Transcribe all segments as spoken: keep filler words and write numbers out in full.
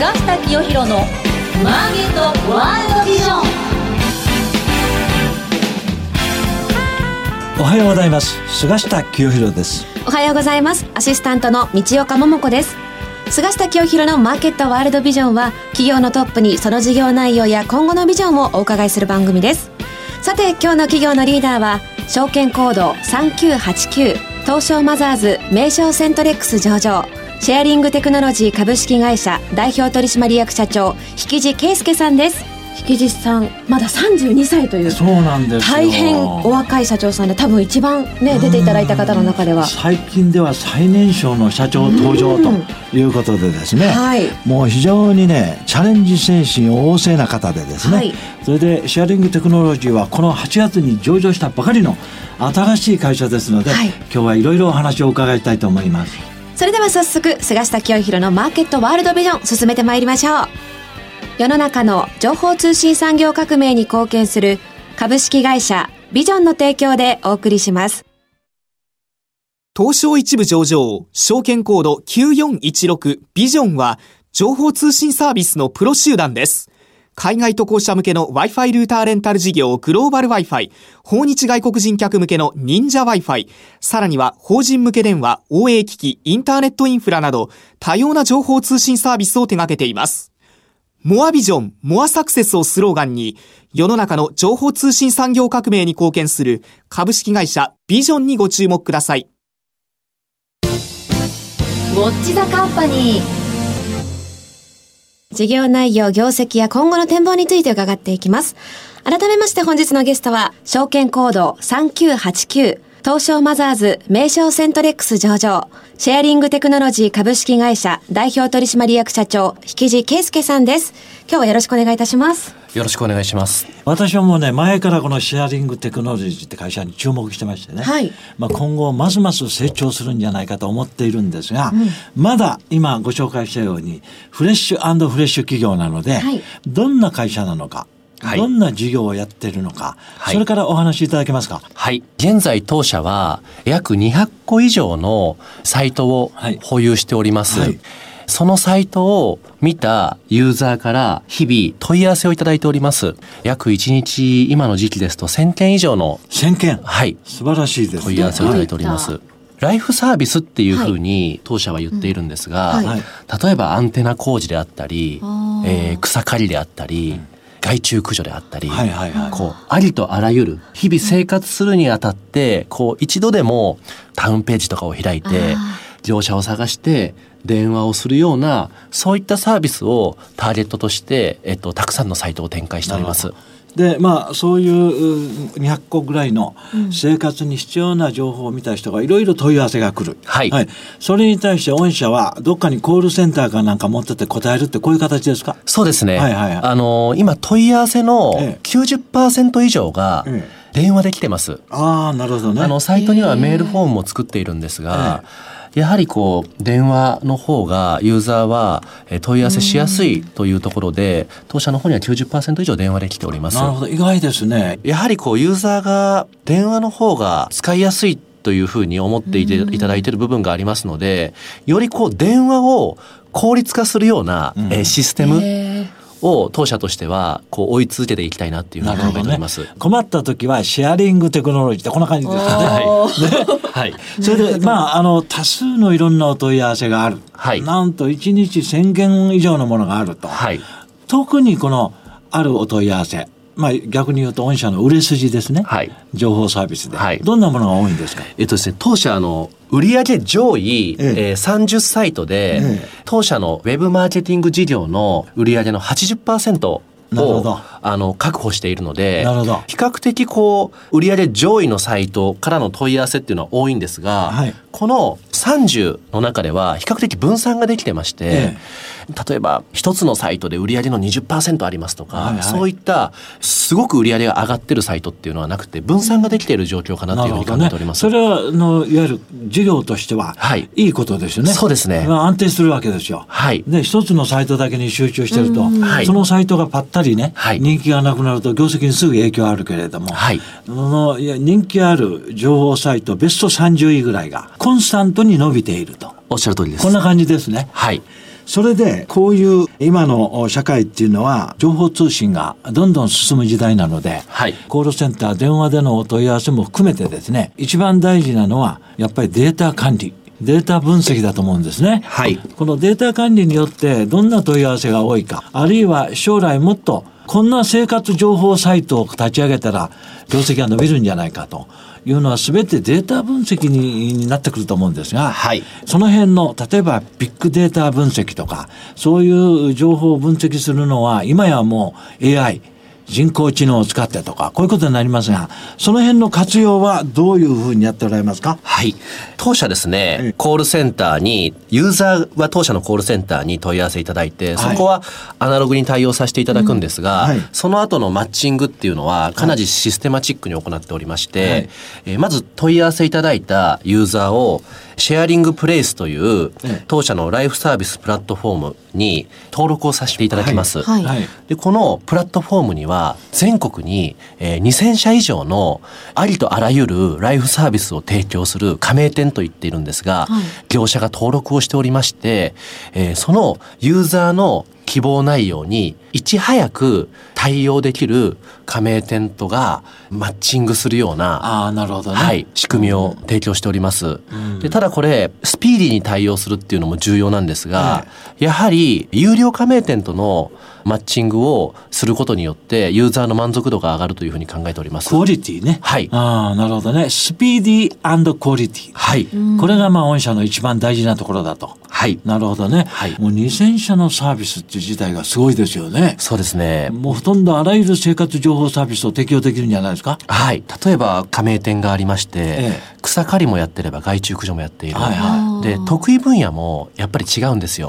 菅下清弘のマーケットワールドビジョン。 おはようございます。菅下清弘です。 おはようございます。アシスタントの道岡桃子です。菅下清弘のマーケットワールドビジョンは、企業のトップにその事業内容や今後のビジョンをお伺いする番組です。さて、今日の企業のリーダーは証券コードさんきゅうはちきゅう東証マザーズ名称セントレックス上場シェアリングテクノロジー株式会社代表取締役社長引地圭介さんです。引地さん、まださんじゅうにさいという、 そうなんですよ、 大変お若い社長さんで、多分一番ね出ていただいた方の中では最近では最年少の社長登場ということでですね、 はい、 もう非常にねチャレンジ精神旺盛な方でですね、はい、それでシェアリングテクノロジーはこのはちがつに上場したばかりの新しい会社ですので、はい、今日はいろいろお話を伺いたいと思います。 それでは早速、菅下清弘のマーケットワールドビジョン進めてまいりましょう。世の中の情報通信産業革命に貢献する株式会社ビジョンの提供でお送りします。 東証一部上場証券コードきゅうよんいちろくビジョンは情報通信サービスのプロ集団です。海外渡航者向けの Wi-Fi ルーターレンタル事業グローバル Wi-Fi、訪日外国人客向けの忍者 Wi-Fi、さらには法人向け電話、オーエー 機器、インターネットインフラなど多様な情報通信サービスを手掛けています。モアビジョン、モアサクセスをスローガンに、世の中の情報通信産業革命に貢献する株式会社ビジョンにご注目ください。 ウォッチザカンパニー。 事業内容、業績や今後の展望について伺っていきます。改めまして本日のゲストは、証券コードさんきゅうはちきゅう東証マザーズ名称セントレックス上場シェアリングテクノロジー株式会社代表取締役社長引地圭介さんです。今日はよろしくお願いいたします。 よろしくお願いします。 私はもうね、前からこのシェアリングテクノロジーって会社に注目してましてね、はい、まあ、今後ますます成長するんじゃないかと思っているんですが、うん、まだ今ご紹介したようにフレッシュ&フレッシュ企業なので、はい、どんな会社なのか、はい、どんな事業をやっているのか、はい、それからお話しいただけますか。 はい。現在当社は約にひゃっこ以上のサイトを保有しております。はいはい、そのサイトを見たユーザーから日々問い合わせをいただいております。約いちにち、今の時期ですとせんけん以上のせんけん、 はい、 素晴らしいですね。 問い合わせをいただいております。はい、ライフサービスっていうふうに当社は言っているんですが、はいはい、例えばアンテナ工事であったり、えー、草刈りであったり、うん、害虫駆除であったり、はいはいはい、こうありとあらゆる日々生活するにあたってこう一度でもタウンページとかを開いて業者を探して電話をするような、そういったサービスをターゲットとして、えっと、たくさんのサイトを展開しております。 で、まあ、そういうにひゃっこぐらいの生活に必要な情報を見た人がいろいろ問い合わせが来る、はいはい、それに対して御社はどっかにコールセンターかなんか持ってて答えるって、こういう形ですか。 そうですね、はいはいはい、あの今問い合わせの きゅうじゅっパーセント 以上が電話で来てます。ええ、 ああ、なるほどね。 あのサイトにはメールフォームも作っているんですが、ええ、やはりこう電話の方がユーザーは問い合わせしやすいというところで、当社の方には きゅうじゅっパーセント 以上電話で来ております。 なるほど、意外ですね。 やはりこうユーザーが電話の方が使いやすいというふうに思っていていただいている部分がありますので、よりこう電話を効率化するような、うん、えシステムを当社としてはこう追い続けていきたいなっていうふうに考えております。 ね、困った時はシェアリングテクノロジーってこんな感じですよね。はい。それでまああの多数のいろんなお問い合わせがある。はい。なんといちにちせんけん以上のものがあると。はい。特にこのあるお問い合わせ。まあ、逆に言うと御社の売れ筋ですね、はい、情報サービスで、はい、どんなものが多いんですか。 えっとですね、当社の売上上位、えええー、さんじゅっサイトで、ええ、当社のウェブマーケティング事業の売上の はちじゅっパーセントをあの確保しているので、なるほど、比較的こう売上上位のサイトからの問い合わせっていうのは多いんですが、はい、このさんじゅうの中では比較的分散ができてまして、ええ、例えば一つのサイトで売上の にじゅっパーセント ありますとか、はいはい、そういったすごく売上が上がってるサイトっていうのはなくて、分散ができている状況かなというふうに考えております。 ね、それはのいわゆる事業としては、はい、いいことですよね。 そうですね、 まあ、安定するわけですよ。はい、で一つのサイトだけに集中してると、そのサイトがぱったりね、はい、人気がなくなると業績にすぐ影響あるけれども、はい、のいや人気ある情報サイトベストさんじゅういぐらいがコンスタントに伸びていると。 おっしゃる通りです。 こんな感じですね。 はい。 それでこういう今の社会っていうのは情報通信がどんどん進む時代なので、はい、コールセンター電話でのお問い合わせも含めてですね、一番大事なのはやっぱりデータ管理、データ分析だと思うんですね、はい、このデータ管理によってどんな問い合わせが多いか、あるいは将来もっとこんな生活情報サイトを立ち上げたら業績が伸びるんじゃないかというのは全てデータ分析 に, になってくると思うんですが、はい、その辺の例えばビッグデータ分析とかそういう情報を分析するのは今やもう エーアイ、人工知能を使ってとかこういうことになりますが、その辺の活用はどういうふうにやっておられますか？ はい、当社ですね、うん、コールセンターにユーザーは当社のコールセンターに問い合わせいただいて、そこはアナログに対応させていただくんですが、うんはい、その後のマッチングっていうのはかなりシステマチックに行っておりまして、はい、えー、まず問い合わせいただいたユーザーをシェアリングプレイスという当社のライフサービスプラットフォームに登録をさせていただきます、はいはい、でこのプラットフォームには全国ににせんしゃ以上のありとあらゆるライフサービスを提供する加盟店と言っているんですが、はい、業者が登録をしておりまして、そのユーザーの希望内容にいち早く対応できる加盟店とがマッチングするような、 あー、なるほどね、 はい、仕組みを提供しております、うん、でただこれスピーディーに対応するっていうのも重要なんですが、うん、やはり有料加盟店とのマッチングをすることによってユーザーの満足度が上がるというふうに考えております。 クオリティね。 はい。 ああ、なるほどね。スピーディー&クオリティ。はい。これがまあ御社の一番大事なところだと。はい。なるほどね。はい。もうにせんしゃのサービスっていう自体がすごいですよね。 そうですね。 もうほとんどあらゆる生活情報サービスを適用できるんじゃないですか。 はい。例えば加盟店がありまして、ええ、草刈りもやってれば害虫駆除もやっている。はいはい。で得意分野もやっぱり違うんですよ。うん、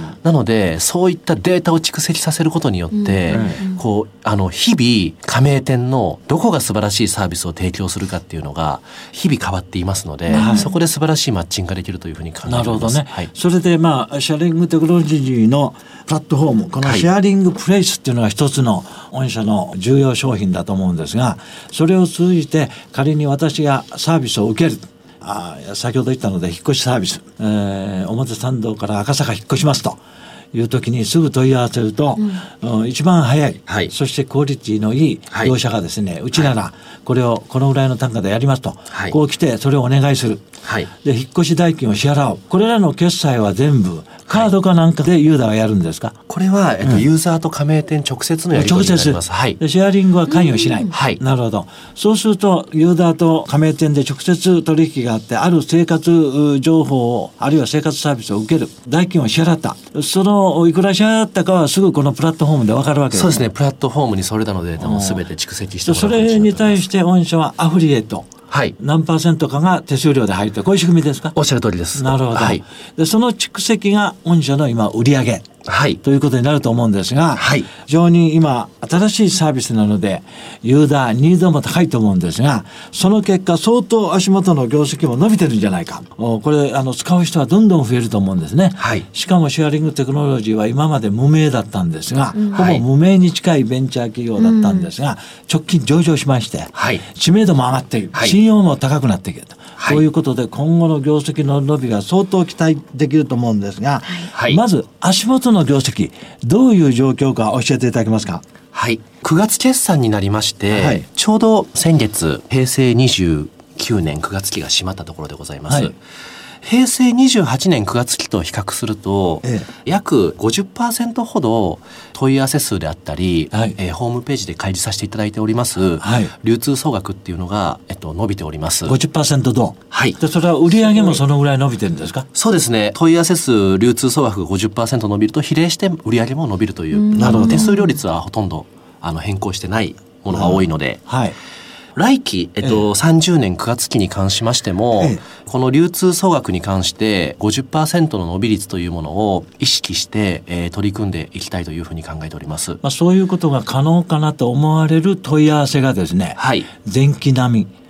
なのでそういったデータを蓄積させることによって、うん、こうあの日々加盟店のどこが素晴らしいサービスを提供するかっていうのが日々変わっていますので、うん、そこで素晴らしいマッチングができるというふうに考えています。 なるほどね。はい、それでまあシェアリングテクノロジーのプラットフォーム、このシェアリングプレイスっていうのが一つの御社の重要商品だと思うんですが、それを通じて仮に私がサービスを受ける、あ先ほど言ったので引っ越しサービス、えー、表参道から赤坂引っ越しますという時にすぐ問い合わせると、うん、一番早い、はい、そしてクオリティのいい業者がですね、はい、うちならこれをこのぐらいの単価でやりますと、はい、こう来てそれをお願いする、はい、で引っ越し代金を支払う。これらの決済は全部カードかなんかでユーザーがやるんですか？ これは、えっとうん、ユーザーと加盟店直接のやり取りになります。 はい、でシェアリングは関与しない、うん、はい、なるほど。そうするとユーザーと加盟店で直接取引があって、ある生活情報をあるいは生活サービスを受ける、代金を支払った、そのいくら支払ったかはすぐこのプラットフォームで分かるわけです。 そうですね。プラットフォームにそれらのデータも全て蓄積してもらう。 それに対して御社はアフリエイト、はい、何パーセントかが手数料で入って、こういう仕組みですか？ おっしゃる通りです。 なるほど、はい、でその蓄積が御社の今売上、はい、ということになると思うんですが、はい、非常に今新しいサービスなのでユーザーニーズも高いと思うんですが、その結果相当足元の業績も伸びてるんじゃないか。これあの使う人はどんどん増えると思うんですね、はい、しかもシェアリングテクノロジーは今まで無名だったんですが、うん、ほぼ無名に近いベンチャー企業だったんですが、うん、直近上場しまして、はい、知名度も上がっている、はい、信用も高くなっていると、はい、こういうことで今後の業績の伸びが相当期待できると思うんですが、はい、まず足元の業績どういう状況か教えていただけますか？ はい、くがつ決算になりまして、はい、ちょうど先月平成にじゅうきゅうねんくがつ期が閉まったところでございます、はい、平成にじゅうはちねんくがつ期と比較すると、ええ、約 ごじゅっパーセント ほど問い合わせ数であったり、はい、えー、ホームページで開示させていただいております、はい、流通総額っていうのが、えっと、伸びております。 ごじゅっパーセント どう？ はい。 でそれは売上もそのぐらい伸びてるんですか？ そうですね。問い合わせ数流通総額が ごじゅっパーセント 伸びると比例して売上も伸びるという、あの手数料率はほとんどあの変更してないものが多いので、はい、来期、えっとええ、さんじゅうねんくがつ期に関しましても、ええ、この流通総額に関して ごじゅっパーセント の伸び率というものを意識して、えー、取り組んでいきたいというふうに考えております。 まあ、そういうことが可能かなと思われる問い合わせがですね、はい、前期並み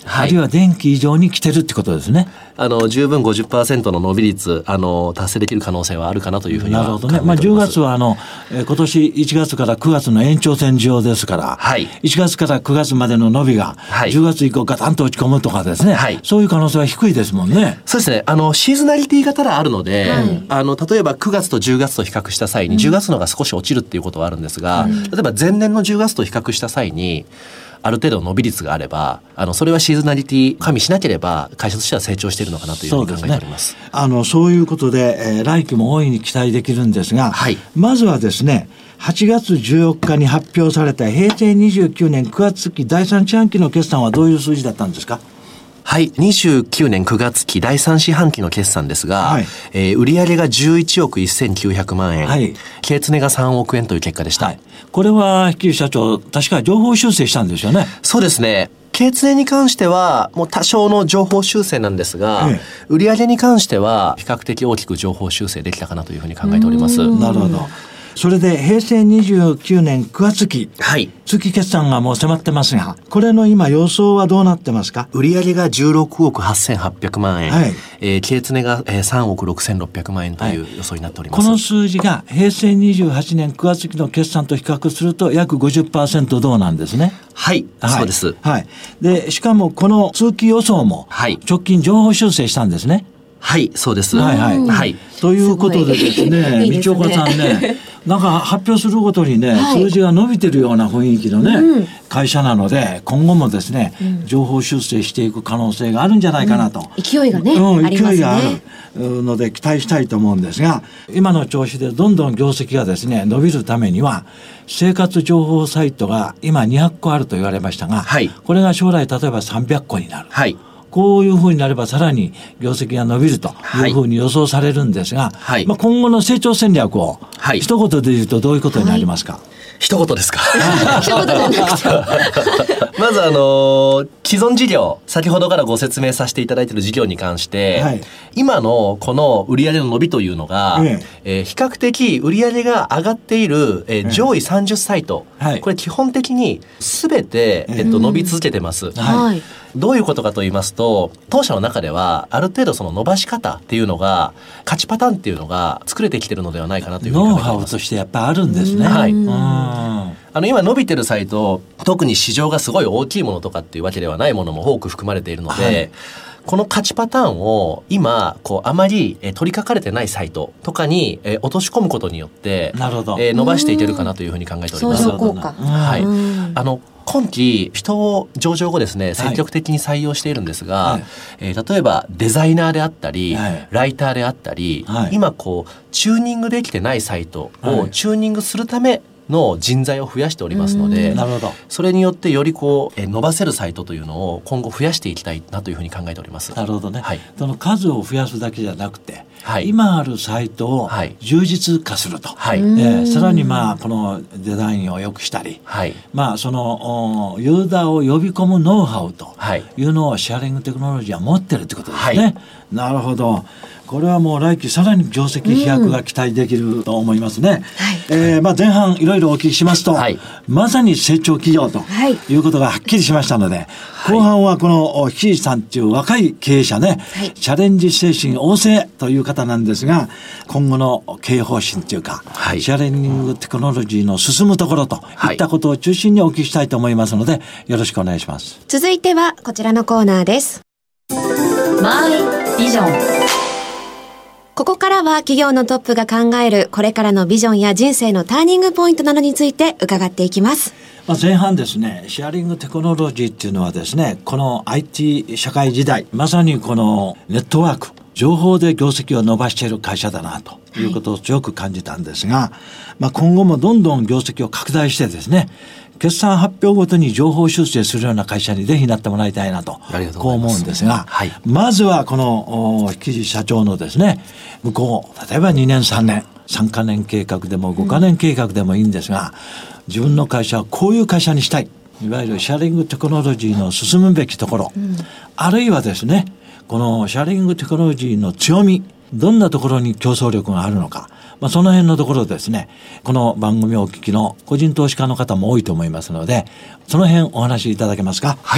はい、あるいは前期以上に来てるってことですね。 あの十分 ごじゅっパーセント の伸び率あの達成できる可能性はあるかなというふうには考えております。なるほどね。まあ、 じゅうがつはあの、えー、今年いちがつからくがつの延長線上ですから、はい、いちがつからくがつまでの伸びが、はい、じゅうがつ以降ガタンと落ち込むとかですね、はい、そういう可能性は低いですもんね。 そうですね。あのシーズナリティがただあるので、はい、あの例えばくがつとじゅうがつと比較した際に、うん、じゅうがつの方が少し落ちるっていうことはあるんですが、うん、例えば前年のじゅうがつと比較した際にある程度の伸び率があれば、あのそれはシーズナリティ加味しなければ会社としては成長しているのかなというふうに考えております。 そうですね。あのそういうことで、えー、来期も大いに期待できるんですが、はい、まずはですね、はちがつじゅうよっかに発表されたへいせいにじゅうきゅうねんくがつ期だいさん四半期の決算はどういう数字だったんですか？ はい。にじゅうきゅうねんくがつ期だいさん四半期の決算ですが、はい、えー、売上がじゅういちおくせんきゅうひゃくまんえん、はい、経常がさんおくえんという結果でした。はい、これは、引き社長、確か情報修正したんですよね。そうですね。経常に関しては、もう多少の情報修正なんですが、ええ、売上に関しては、比較的大きく情報修正できたかなというふうに考えております。 なるほど。それでへいせいにじゅうきゅうねんくがつ期、はい、月決算がもう迫ってますが、これの今予想はどうなってますか？ 売上がじゅうろくおくはっせんはっぴゃくまんえん、はい、えー、経常がさんおくろくせんろっぴゃくまんえんという予想になっております。 この数字がへいせいにじゅうはちねんくがつ期の決算と比較すると約 ごじゅっパーセント 増なんですね。 はい、はい、そうです。 はい。で、しかもこの通期予想も直近情報修正したんですね。 はい、そうです。 はいはい。はい。ということでですね、道岡さんね、なんか発表するごとにね、はい、数字が伸びてるような雰囲気のね、うん、会社なので、今後もですね、うん、情報修正していく可能性があるんじゃないかなと。 うん、勢いがね、 うん、 ありますね。 勢いがあるので期待したいと思うんですが、今の調子でどんどん業績がですね、伸びるためには、生活情報サイトが今にひゃっこあると言われましたが、はい、これが将来例えばさんびゃっこになる。はい、こういうふうになればさらに業績が伸びるというふうに予想されるんですが、はい、まあ、今後の成長戦略を一言で言うとどういうことになりますか？はい、 一言ですか？ 一言じゃなくてまずあの既存事業、先ほどからご説明させていただいている事業に関して、はい、今のこの売上の伸びというのが、えええー、比較的売上が上がっている、えー、上位さんじゅうサイト、はい、これ基本的に全て、えっと、伸び続けてます。はい、どういうことかと言いますと、当社の中ではある程度その伸ばし方っていうのが、勝ちパターンっていうのが作れてきてるのではないかなというふうに考えています。 ノウハウとしてやっぱあるんですね。 はい。うん、あの今伸びてるサイト、特に市場がすごい大きいものとかっていうわけではないものも多く含まれているので、はい、この勝ちパターンを今こうあまりえ取り掛かれてないサイトとかにえ落とし込むことによってなるほど、え伸ばしていけるかなというふうに考えております。 相乗効果。 はい。あの今期人を上場後ですね、積極的に採用しているんですが、はい、えー、例えばデザイナーであったり、はい、ライターであったり、はい、今こうチューニングできてないサイトをチューニングするための人材を増やしておりますので、なるほど、それによってよりこうえ伸ばせるサイトというのを今後増やしていきたいなというふうに考えております。 なるほどね。はい、その数を増やすだけじゃなくて、はい、今あるサイトを充実化すると、はい、えー、さらにまあこのデザインを良くしたり、はい、まあそのユーザーを呼び込むノウハウというのをシェアリングテクノロジーは持ってるってことですね。はい、なるほど。これはもう来期さらに業績飛躍が期待できると思いますね。うん、はい、えー、まあ前半いろいろお聞きしますと、はい、まさに成長企業ということがはっきりしましたので、はい、後半はこのひいさんという若い経営者ね、はい、チャレンジ精神旺盛という方なんですが、今後の経営方針というか、はい、シェアリングテクノロジーの進むところといったことを中心にお聞きしたいと思いますので、よろしくお願いします。 続いてはこちらのコーナーです。 マイビジョン。 ここからは企業のトップが考えるこれからのビジョンや人生のターニングポイントなどについて伺っていきます。 まあ、前半ですね、シェアリングテクノロジーっていうのはですね、この アイティー 社会時代、まさにこのネットワーク、情報で業績を伸ばしている会社だなということを強く感じたんですが、はい、まあ、今後もどんどん業績を拡大してですね、決算発表ごとに情報修正するような会社にぜひなってもらいたいなと、こう思うんですが、はい、まずはこの引地社長のですね、向こう、例えばにねんさんねん、さんかねん計画でもごかねん計画でもいいんですが、うん、自分の会社はこういう会社にしたい。いわゆるシェアリングテクノロジーの進むべきところ、うん、あるいはですね、このシェアリングテクノロジーの強み、どんなところに競争力があるのか、まあ、その辺のところですね、この番組をお聞きの個人投資家の方も多いと思いますので、その辺お話しいただけますか。 はい。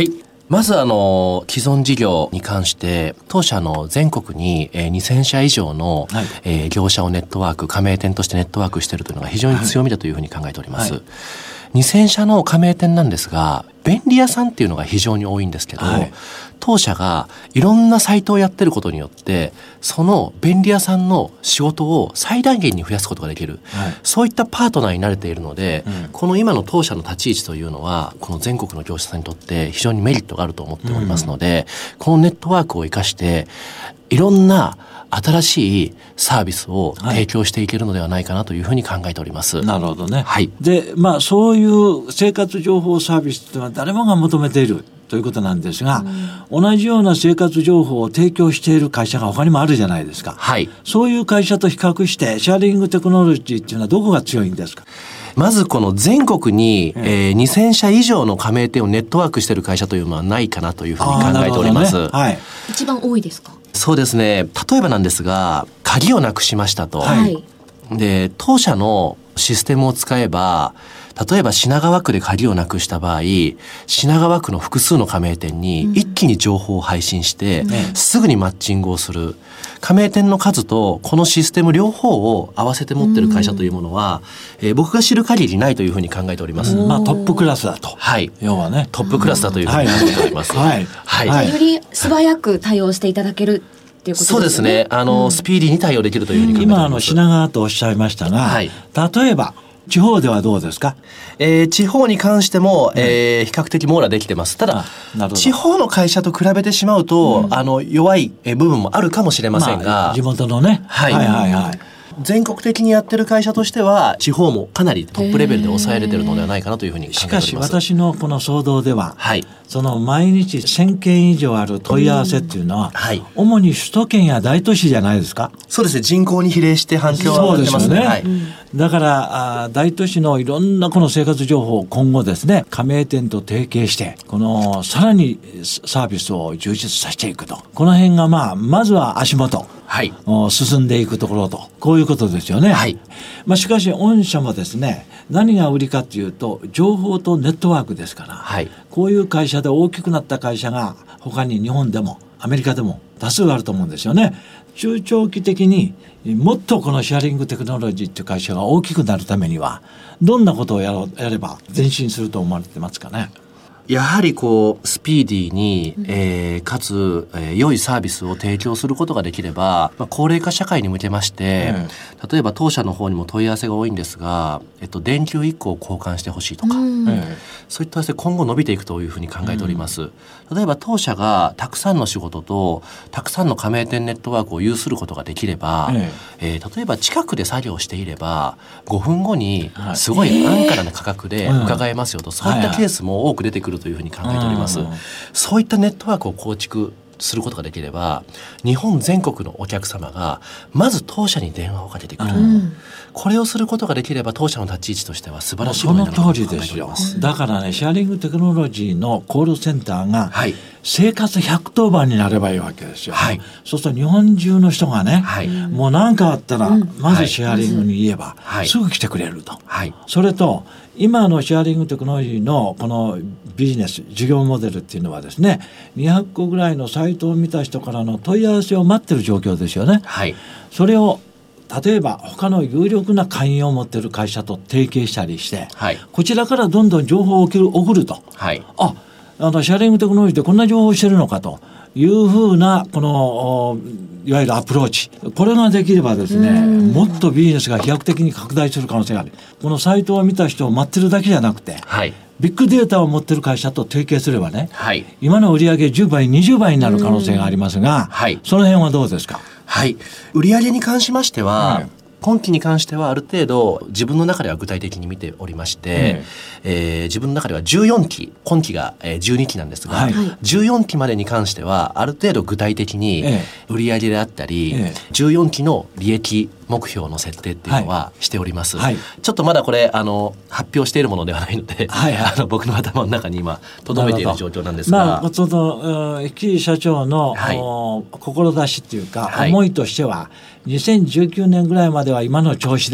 まずあの既存事業に関して当社の全国ににせんしゃ以上の、はいえー、業者をネットワーク加盟店としてネットワークしているというのが非常に強みだというふうに考えております、はいはい、にせんしゃの加盟店なんですが便利屋さんっていうのが非常に多いんですけど、はい、当社がいろんなサイトをやってることによってその便利屋さんの仕事を最大限に増やすことができる、はい、そういったパートナーになれているので、うん、この今の当社の立ち位置というのはこの全国の業者さんにとって非常にメリットがあると思っておりますので、うん、このネットワークを生かしていろんな新しいサービスを提供していけるのではないかなというふうに考えております。 はい、なるほどね。 はい。 で、まあそういう生活情報サービスというのは誰もが求めているということなんですが、うん、同じような生活情報を提供している会社が他にもあるじゃないですか。 はい。 そういう会社と比較してシェアリングテクノロジーっていうのはどこが強いんですか？ まずこの全国に、うんえー、にせんしゃ以上の加盟店をネットワークしている会社というのはないかなというふうに考えております。ねはい、 一番多いですか？ そうですね。例えばなんですが、鍵をなくしましたと。 はい、 で、当社のシステムを使えば、例えば品川区で鍵をなくした場合、品川区の複数の加盟店に一気に情報を配信して、うん、すぐにマッチングをする。加盟店の数とこのシステム両方を合わせて持っている会社というものは、うんえー、僕が知る限りないというふうに考えております。 まあトップクラスだと。 はい。 要はね。 トップクラスだというふうに考えております。 はい。 はい。 はい、より素早く対応していただける。 そうですね。あの、うん、スピーディーに対応できるというふうに考えております。 今あの品川とおっしゃいましたが、はい、例えば地方ではどうですか？ えー、地方に関しても、うんえー、比較的網羅できてます。ただ地方の会社と比べてしまうと、うん、あの弱い部分もあるかもしれませんが、まあ、 地元のね、 はい、はいはいはい全国的にやってる会社としては地方もかなりトップレベルで抑えれてるのではないかなというふうに考えております。 しかし私のこの想像では、 はい、 その毎日せんけん以上ある問い合わせっていうのは、 はい、 主に首都圏や大都市じゃないですか？ そうですね。人口に比例して反響は出ますね。 そうですよね。はい、だからあ大都市のいろんなこの生活情報を今後ですね加盟店と提携してこのさらにサービスを充実させていくとこの辺がまあまずは足元はい、 進んでいくところとこういうことですよね。 はいまあ、しかし御社もですね何が売りかというと情報とネットワークですから、 はい、 こういう会社で大きくなった会社が他に日本でもアメリカでも多数あると思うんですよね。中長期的にもっとこのシェアリングテクノロジーという会社が大きくなるためにはどんなことをやろうやれば前進すると思われてますかね？ やはりこうスピーディーに、えー、かつ、えー、良いサービスを提供することができれば、まあ、高齢化社会に向けまして、うん、例えば当社の方にも問い合わせが多いんですが、えっと、電球いっこを交換してほしいとか、うん、そういった今後伸びていくというふうに考えております、うん、例えば当社がたくさんの仕事とたくさんの加盟店ネットワークを有することができれば、うんえー、例えば近くで作業していればごふんごにすごい安価な価格で伺えますよと、そういったケースも多く出てくるというふうに考えております、うん、そういったネットワークを構築することができれば日本全国のお客様がまず当社に電話をかけてくる、うん、これをすることができれば当社の立ち位置としては素晴らしいものになると考えております。 その通りですよ。だからねシェアリングテクノロジーのコールセンターが生活ひゃくとおばんになればいいわけですよ、はい、そうすると日本中の人がね、はい、もう何かあったらまずシェアリングに言えばすぐ来てくれると、はい、それと今のシェアリングテクノロジーのこのビジネス事業モデルっていうのはですねにひゃっこぐらいのサイトを見た人からの問い合わせを待ってる状況ですよね、 はい、 それを例えば他の有力な会員を持っている会社と提携したりして、はい、こちらからどんどん情報を送る、送ると、はい、ああのシェアリングテクノロジーでこんな情報をしてるのかというふうなこのいわゆるアプローチこれができればですねもっとビジネスが飛躍的に拡大する可能性がある。このサイトを見た人を待ってるだけじゃなくて、はい、ビッグデータを持ってる会社と提携すればね、はい、今の売上じゅうばいにじゅうばいになる可能性がありますが、はい、その辺はどうですか？ はい、売上に関しましては、はい、今期に関してはある程度自分の中では具体的に見ておりまして、うんえー、自分の中ではじゅうよんき今期がじゅうにきなんですが、はい、じゅうよんきまでに関してはある程度具体的に売上であったり、ええ、じゅうよんきの利益目標の設定っていうのはしております、はい、ちょっとまだこれあの発表しているものではないので、はいはい、あの僕の頭の中に今留めている状況なんですが、 まあ、その一木社長の、はい、志っていうか、はい、思いとしてはにせんじゅうきゅうねんぐらいまでは今の調子で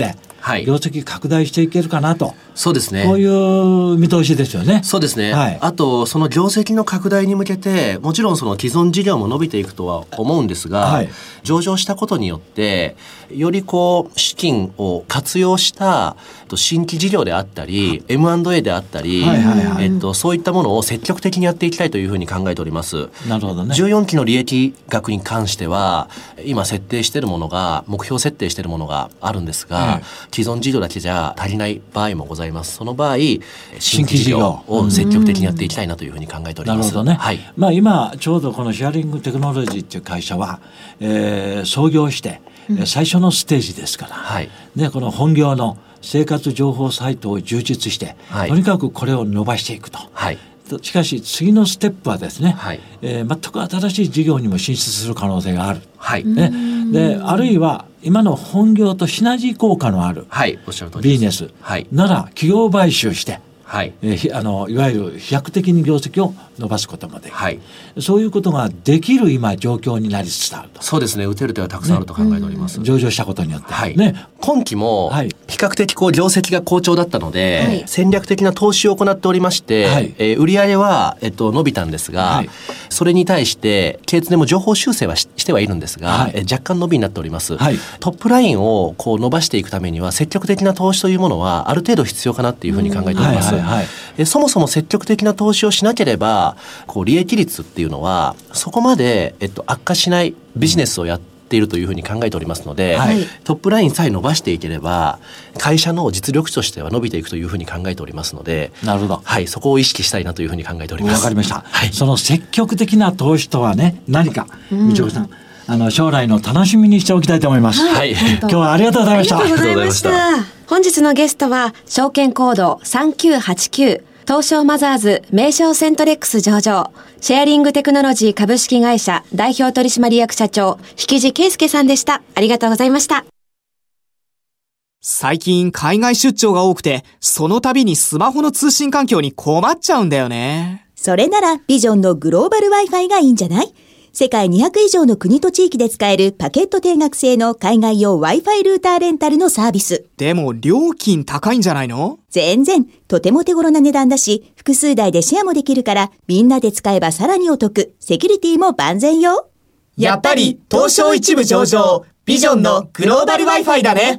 業績拡大していけるかなと。 そうですね。 こういう見通しですよね。 そうですね。 はい、 あとその業績の拡大に向けてもちろんその既存事業も伸びていくとは思うんですが、はい、上場したことによってよりこう資金を活用した新規事業であったり エムアンドエー であったり、はいはいはい、えっと、そういったものを積極的にやっていきたいというふうに考えております。 なるほどね。 じゅうよんきの利益額に関しては今設定しているものが目標設定しているものがあるんですが、うん、既存事業だけじゃ足りない場合もございます。その場合新規事業を積極的にやっていきたいなというふうに考えております。 なるほどね。 はい、 まあ、今ちょうどこのシェアリングテクノロジーっていう会社は、えー、創業して、うん、最初のステージですから、はい、でこの本業の生活情報サイトを充実して、はい、とにかくこれを伸ばしていくと。はい、しかし次のステップはですね、はい、えー、全く新しい事業にも進出する可能性がある、はい、ね、であるいは今の本業とシナジー効果のある、はい、おっしゃる通りです。ビジネス、はい、なら企業買収して、はい、えー、あのいわゆる飛躍的に業績を伸ばすこともできる、はい、そういうことができる今状況になりつつあると。 そうですね。打てる手はたくさんあると考えております、 ね、上場したことによって、はい、 ね、今期も比較的こう業績が好調だったので、はい、戦略的な投資を行っておりまして、はい、えー、売上は、えっと、伸びたんですが、はい、それに対して経営でも情報修正は し, してはいるんですが、はい、えー、若干伸びになっております、はい、トップラインをこう伸ばしていくためには積極的な投資というものはある程度必要かなっていうふうに考えております、はいはいはい、えー、そもそも積極的な投資をしなければこう利益率っていうのはそこまで、えっと、悪化しないビジネスをやっているというふうに考えておりますので、はい、トップラインさえ伸ばしていければ会社の実力としては伸びていくというふうに考えておりますので、 なるほど、 はい、そこを意識したいなというふうに考えております。 わかりました、はい、その積極的な投資とはね何か、道子さん、あの将来の楽しみにしておきたいと思います、はい、今日はありがとうございました。 ありがとうございました。本日のゲストは証券コードさんきゅうはちきゅう東証マザーズ名称セントレックス上場シェアリングテクノロジー株式会社代表取締役社長引地圭介さんでした。ありがとうございました。 最近海外出張が多くてその度にスマホの通信環境に困っちゃうんだよね。 それならビジョンのグローバル Wi-Fi がいいんじゃない？世界にひゃく以上の国と地域で使えるパケット定額制の海外用 Wi-Fi ルーターレンタルのサービス。 でも料金高いんじゃないの？ 全然、とても手頃な値段だし、複数台でシェアもできるから、みんなで使えばさらにお得。セキュリティも万全よ。 やっぱり東証一部上場、ビジョンのグローバル Wi-Fi だね。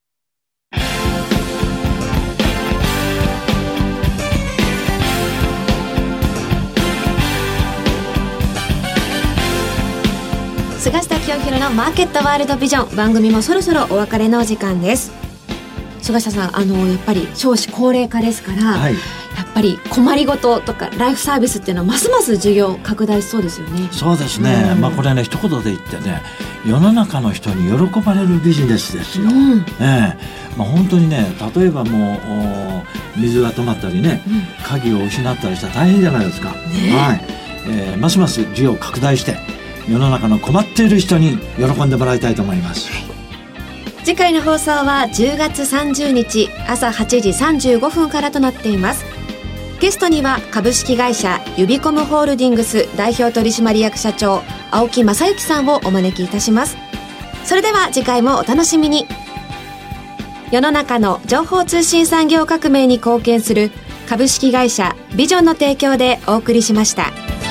菅下清弘のマーケットワールドビジョン、番組もそろそろお別れのお時間です。菅下さん、あのやっぱり少子高齢化ですから、はい、やっぱり困りごととかライフサービスっていうのはますます事業拡大しそうですよね。 そうですね、うん、まあ、これね一言で言ってね、世の中の人に喜ばれるビジネスですよ、うん、ええ、まあ、本当にね、例えばもう水が止まったりね、うん、鍵を失ったりしたら大変じゃないですか、ね、はい、えー、ますます事業拡大して世の中の困っている人に喜んでもらいたいと思います、はい。 次回の放送はじゅうがつさんじゅうにち朝はちじさんじゅうごふんからとなっています。ゲストには株式会社ユビコムホールディングス代表取締役社長青木正幸さんをお招きいたします。それでは次回もお楽しみに。世の中の情報通信産業革命に貢献する株式会社ビジョンの提供でお送りしました。